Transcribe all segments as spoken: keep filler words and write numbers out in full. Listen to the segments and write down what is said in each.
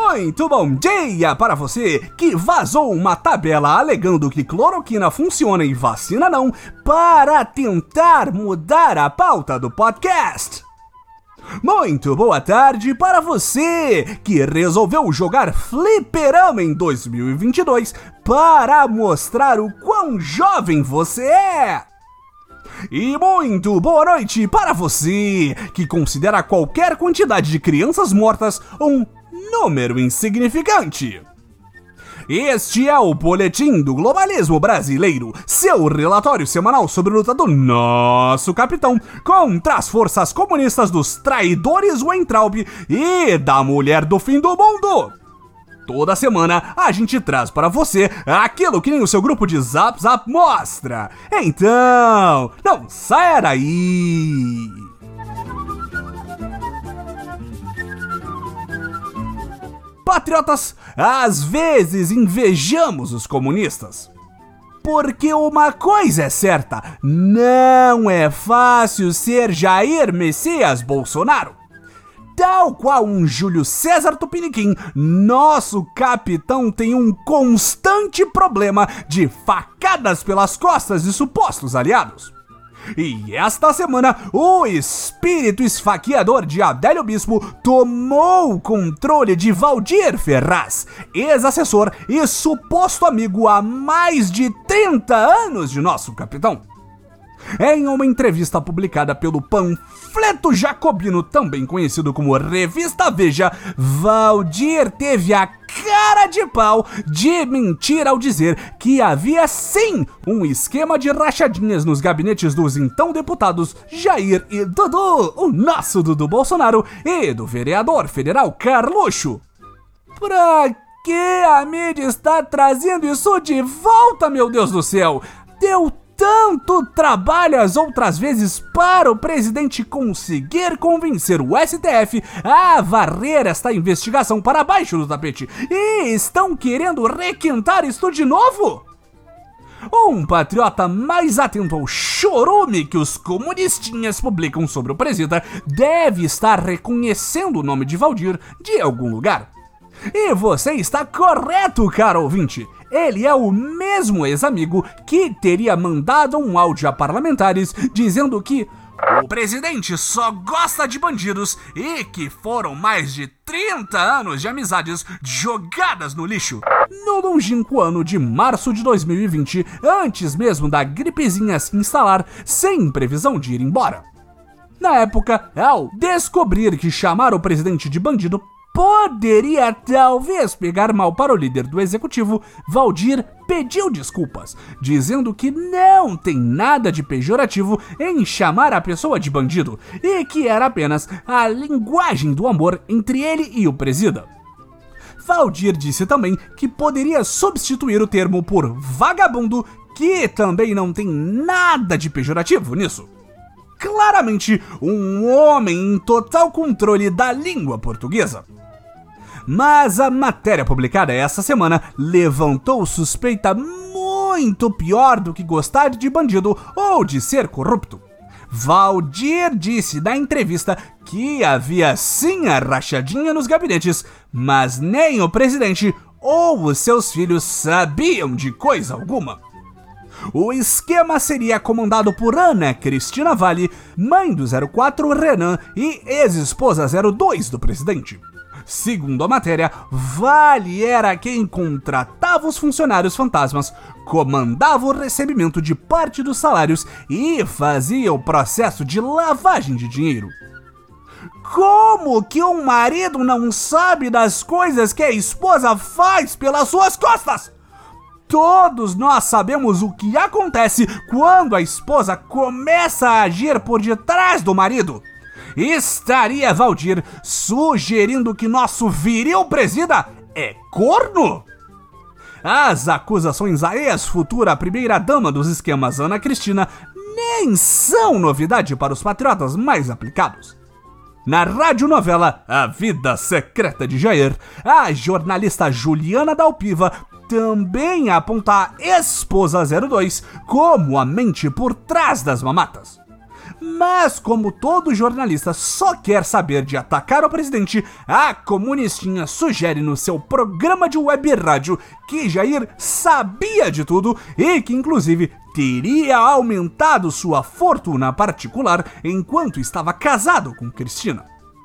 Muito bom dia para você que vazou uma tabela alegando que cloroquina funciona e vacina não para tentar mudar a pauta do podcast. Muito boa tarde para você que resolveu jogar fliperama em dois mil e vinte e dois para mostrar o quão jovem você é. E muito boa noite para você que considera qualquer quantidade de crianças mortas um número insignificante. Este é o Boletim do Globalismo Brasileiro, seu relatório semanal sobre a luta do nosso capitão contra as forças comunistas dos traidores Weintraub e da mulher do fim do mundo. Toda semana a gente traz para você aquilo que nem o seu grupo de Zap Zap mostra. Então, não saia daí! Patriotas, às vezes invejamos os comunistas. Porque uma coisa é certa, não é fácil ser Jair Messias Bolsonaro. Tal qual um Júlio César Tupiniquim, nosso capitão tem um constante problema de facadas pelas costas de supostos aliados. E esta semana, o espírito esfaqueador de Adélio Bispo tomou o controle de Valdir Ferraz, ex-assessor e suposto amigo há mais de trinta anos de nosso capitão. Em uma entrevista publicada pelo Panfleto Jacobino, também conhecido como Revista Veja, Valdir teve a cara de pau de mentir ao dizer que havia sim um esquema de rachadinhas nos gabinetes dos então deputados Jair e Dudu, o nosso Dudu Bolsonaro, e do vereador federal Carluxo. Pra que a mídia está trazendo isso de volta, meu Deus do céu? Deu tanto trabalho as outras vezes para o presidente conseguir convencer o S T F a varrer esta investigação para baixo do tapete e estão querendo requentar isto de novo? Um patriota mais atento ao chorume que os comunistinhas publicam sobre o presida deve estar reconhecendo o nome de Valdir de algum lugar. E você está correto, caro ouvinte. Ele é o mesmo ex-amigo que teria mandado um áudio a parlamentares dizendo que o presidente só gosta de bandidos e que foram mais de trinta anos de amizades jogadas no lixo no longínquo ano de março de dois mil e vinte, antes mesmo da gripezinha se instalar sem previsão de ir embora. Na época, ao descobrir que chamar o presidente de bandido poderia talvez pegar mal para o líder do executivo, Valdir pediu desculpas, dizendo que não tem nada de pejorativo em chamar a pessoa de bandido e que era apenas a linguagem do amor entre ele e o presida. Valdir disse também que poderia substituir o termo por vagabundo, que também não tem nada de pejorativo nisso. Claramente, um homem em total controle da língua portuguesa. Mas a matéria publicada essa semana levantou suspeita muito pior do que gostar de bandido ou de ser corrupto. Valdir disse na entrevista que havia sim a rachadinha nos gabinetes, mas nem o presidente ou os seus filhos sabiam de coisa alguma. O esquema seria comandado por Ana Cristina Vale, mãe do zero quatro Renan e ex-esposa zero dois do presidente. Segundo a matéria, Vale era quem contratava os funcionários fantasmas, comandava o recebimento de parte dos salários e fazia o processo de lavagem de dinheiro. Como que um marido não sabe das coisas que a esposa faz pelas suas costas? Todos nós sabemos o que acontece quando a esposa começa a agir por detrás do marido. Estaria Valdir sugerindo que nosso viril presida é corno? As acusações à ex-futura primeira-dama dos esquemas Ana Cristina nem são novidade para os patriotas mais aplicados. Na radionovela A Vida Secreta de Jair, a jornalista Juliana Dalpiva também aponta a esposa zero dois como a mente por trás das mamatas. Mas como todo jornalista só quer saber de atacar o presidente, a comunistinha sugere no seu programa de web rádio que Jair sabia de tudo e que inclusive teria aumentado sua fortuna particular enquanto estava casado com Cristina.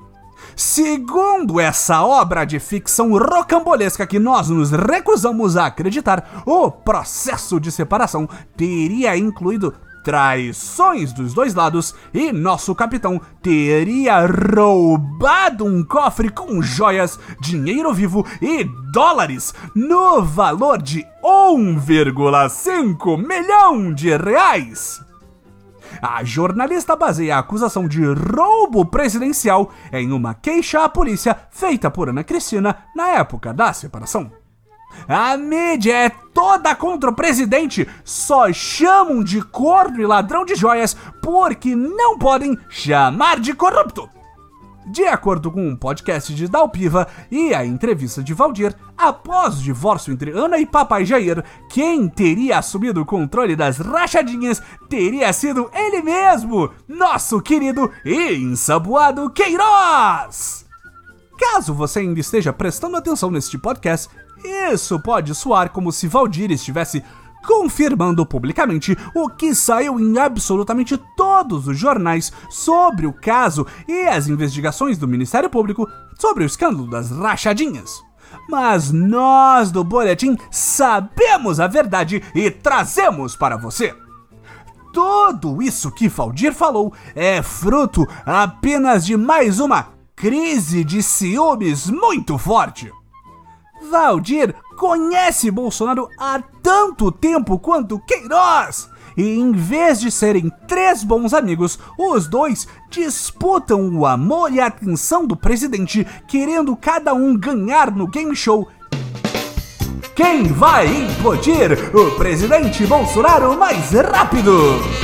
Segundo essa obra de ficção rocambolesca que nós nos recusamos a acreditar, o processo de separação teria incluído traições dos dois lados e nosso capitão teria roubado um cofre com joias, dinheiro vivo e dólares no valor de um vírgula cinco milhão de reais. A jornalista baseia a acusação de roubo presidencial em uma queixa à polícia feita por Ana Cristina na época da separação. A mídia é toda contra o presidente, só chamam de corno e ladrão de joias porque não podem chamar de corrupto. De acordo com um podcast de Dalpiva e a entrevista de Valdir, após o divórcio entre Ana e papai Jair, quem teria assumido o controle das rachadinhas teria sido ele mesmo, nosso querido e ensaboado Queiroz! Caso você ainda esteja prestando atenção neste podcast, isso pode soar como se Valdir estivesse confirmando publicamente o que saiu em absolutamente todos os jornais sobre o caso e as investigações do Ministério Público sobre o escândalo das rachadinhas. Mas nós do Boletim sabemos a verdade e trazemos para você. Tudo isso que Valdir falou é fruto apenas de mais uma crise de ciúmes muito forte. Valdir conhece Bolsonaro há tanto tempo quanto Queiroz, e em vez de serem três bons amigos, os dois disputam o amor e a atenção do presidente, querendo cada um ganhar no game show Quem Vai Implodir o Presidente Bolsonaro Mais Rápido.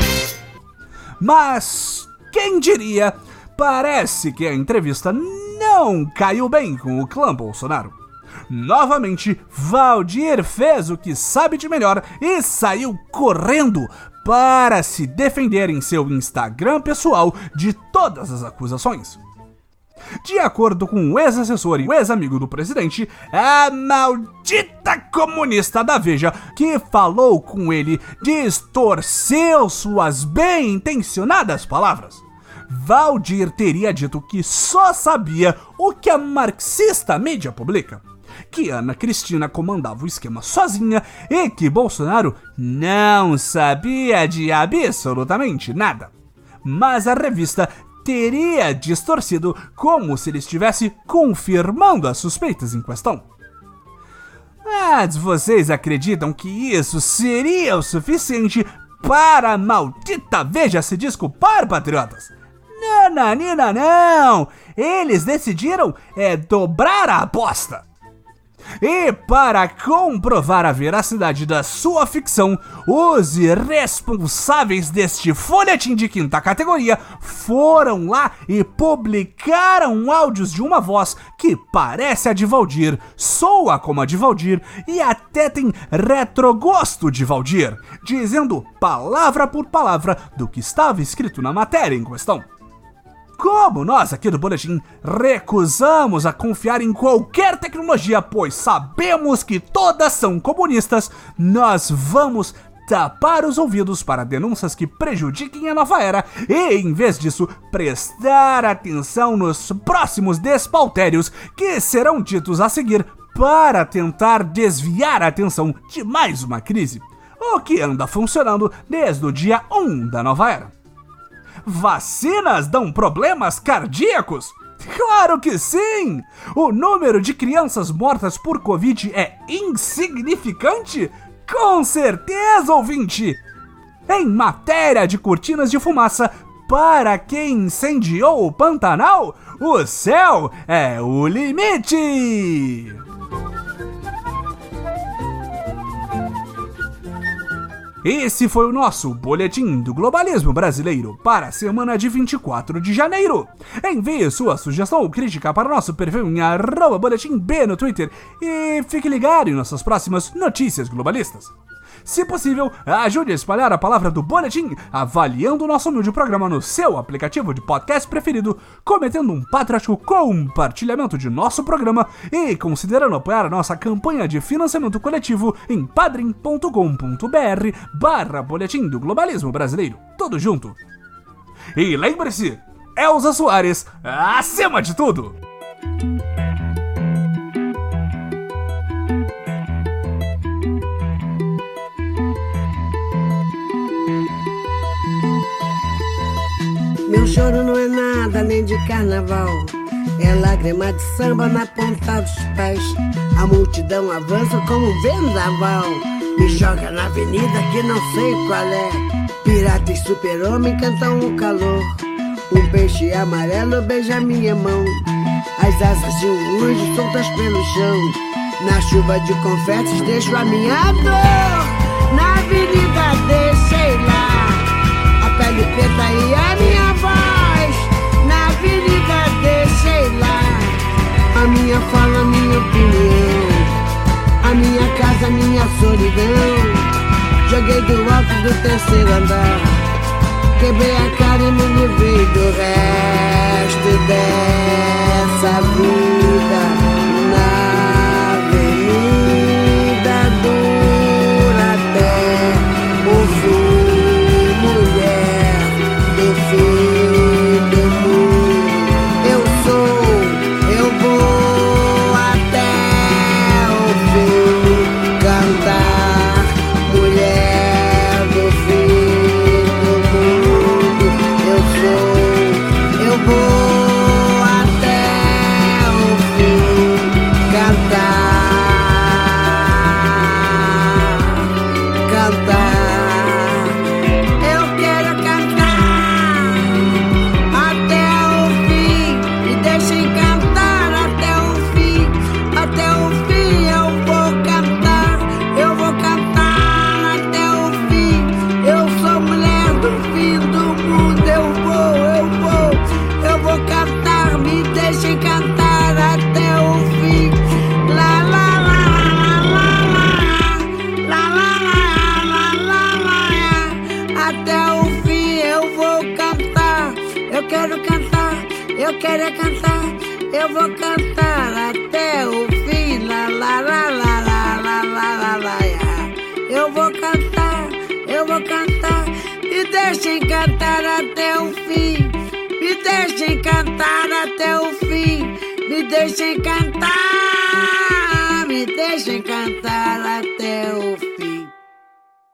Mas, quem diria, parece que a entrevista não caiu bem com o clã Bolsonaro. Novamente, Valdir fez o que sabe de melhor e saiu correndo para se defender em seu Instagram pessoal de todas as acusações. De acordo com o ex-assessor e o ex-amigo do presidente, a maldita comunista da Veja, que falou com ele, distorceu suas bem-intencionadas palavras. Valdir teria dito que só sabia o que a marxista mídia publica, que Ana Cristina comandava o esquema sozinha e que Bolsonaro não sabia de absolutamente nada. Mas a revista teria distorcido como se ele estivesse confirmando as suspeitas em questão. Mas vocês acreditam que isso seria o suficiente para a maldita Veja se desculpar, patriotas? Nananina, não! Eles decidiram é dobrar a aposta. E para comprovar a veracidade da sua ficção, os responsáveis deste folhetim de quinta categoria foram lá e publicaram áudios de uma voz que parece a de Valdir, soa como a de Valdir e até tem retrogosto de Valdir, dizendo palavra por palavra do que estava escrito na matéria em questão. Como nós aqui do Boletim recusamos a confiar em qualquer tecnologia, pois sabemos que todas são comunistas, nós vamos tapar os ouvidos para denúncias que prejudiquem a nova era e, em vez disso, prestar atenção nos próximos despautérios que serão ditos a seguir para tentar desviar a atenção de mais uma crise, o que anda funcionando desde o dia um da nova era. Vacinas dão problemas cardíacos? Claro que sim! O número de crianças mortas por Covid é insignificante? Com certeza, ouvinte! Em matéria de cortinas de fumaça, para quem incendiou o Pantanal, o céu é o limite! Esse foi o nosso Boletim do Globalismo Brasileiro para a semana de vinte e quatro de janeiro. Envie sua sugestão ou crítica para o nosso perfil em arroba boletim B no Twitter e fique ligado em nossas próximas notícias globalistas. Se possível, ajude a espalhar a palavra do Boletim, avaliando o nosso humilde programa no seu aplicativo de podcast preferido, cometendo um patriótico compartilhamento de nosso programa e considerando apoiar a nossa campanha de financiamento coletivo em padrim.com.br barra Boletim do Globalismo Brasileiro. Tudo junto. E lembre-se, Elza Soares, acima de tudo! Meu choro não é nada nem de carnaval, é lágrima de samba na ponta dos pés. A multidão avança como um vendaval, me joga na avenida que não sei qual é. Pirata e super-homem cantam o calor, um peixe amarelo beija minha mão. As asas de um anjo soltas pelo chão, na chuva de confetes deixo a minha dor. Na avenida deixei lá a pele preta e a minha voz. Na avenida deixei lá a minha fala, a minha opinião, a minha casa, a minha solidão. Joguei do alto do terceiro andar, quebrei a cara e me livrei do resto dessa vida. Na avenida dura até o fim, mulher do fim do mundo. Eu sou, eu vou até o fim cantar, mulher do fim do mundo. Eu sou, eu vou até o fim cantar, cantar. Eu quero cantar até o fim, me deixem cantar até o fim, até o fim eu vou cantar, eu vou cantar até o fim. Eu sou mulher do fim do mundo, eu vou, eu vou, eu vou cantar, me deixem cantar até o fim. Lá, lá, lá, lá, lá, lá, lá, lá, lá, lá, até o fim eu vou cantar, eu quero cantar, eu quero é cantar, eu vou cantar até o fim. Lá, lá, lá, lá, lá, lá, lá, lá, lá, eu vou cantar, eu vou cantar, me deixem cantar até o fim, me deixem cantar até o fim, me deixem cantar, me deixem cantar até o fim.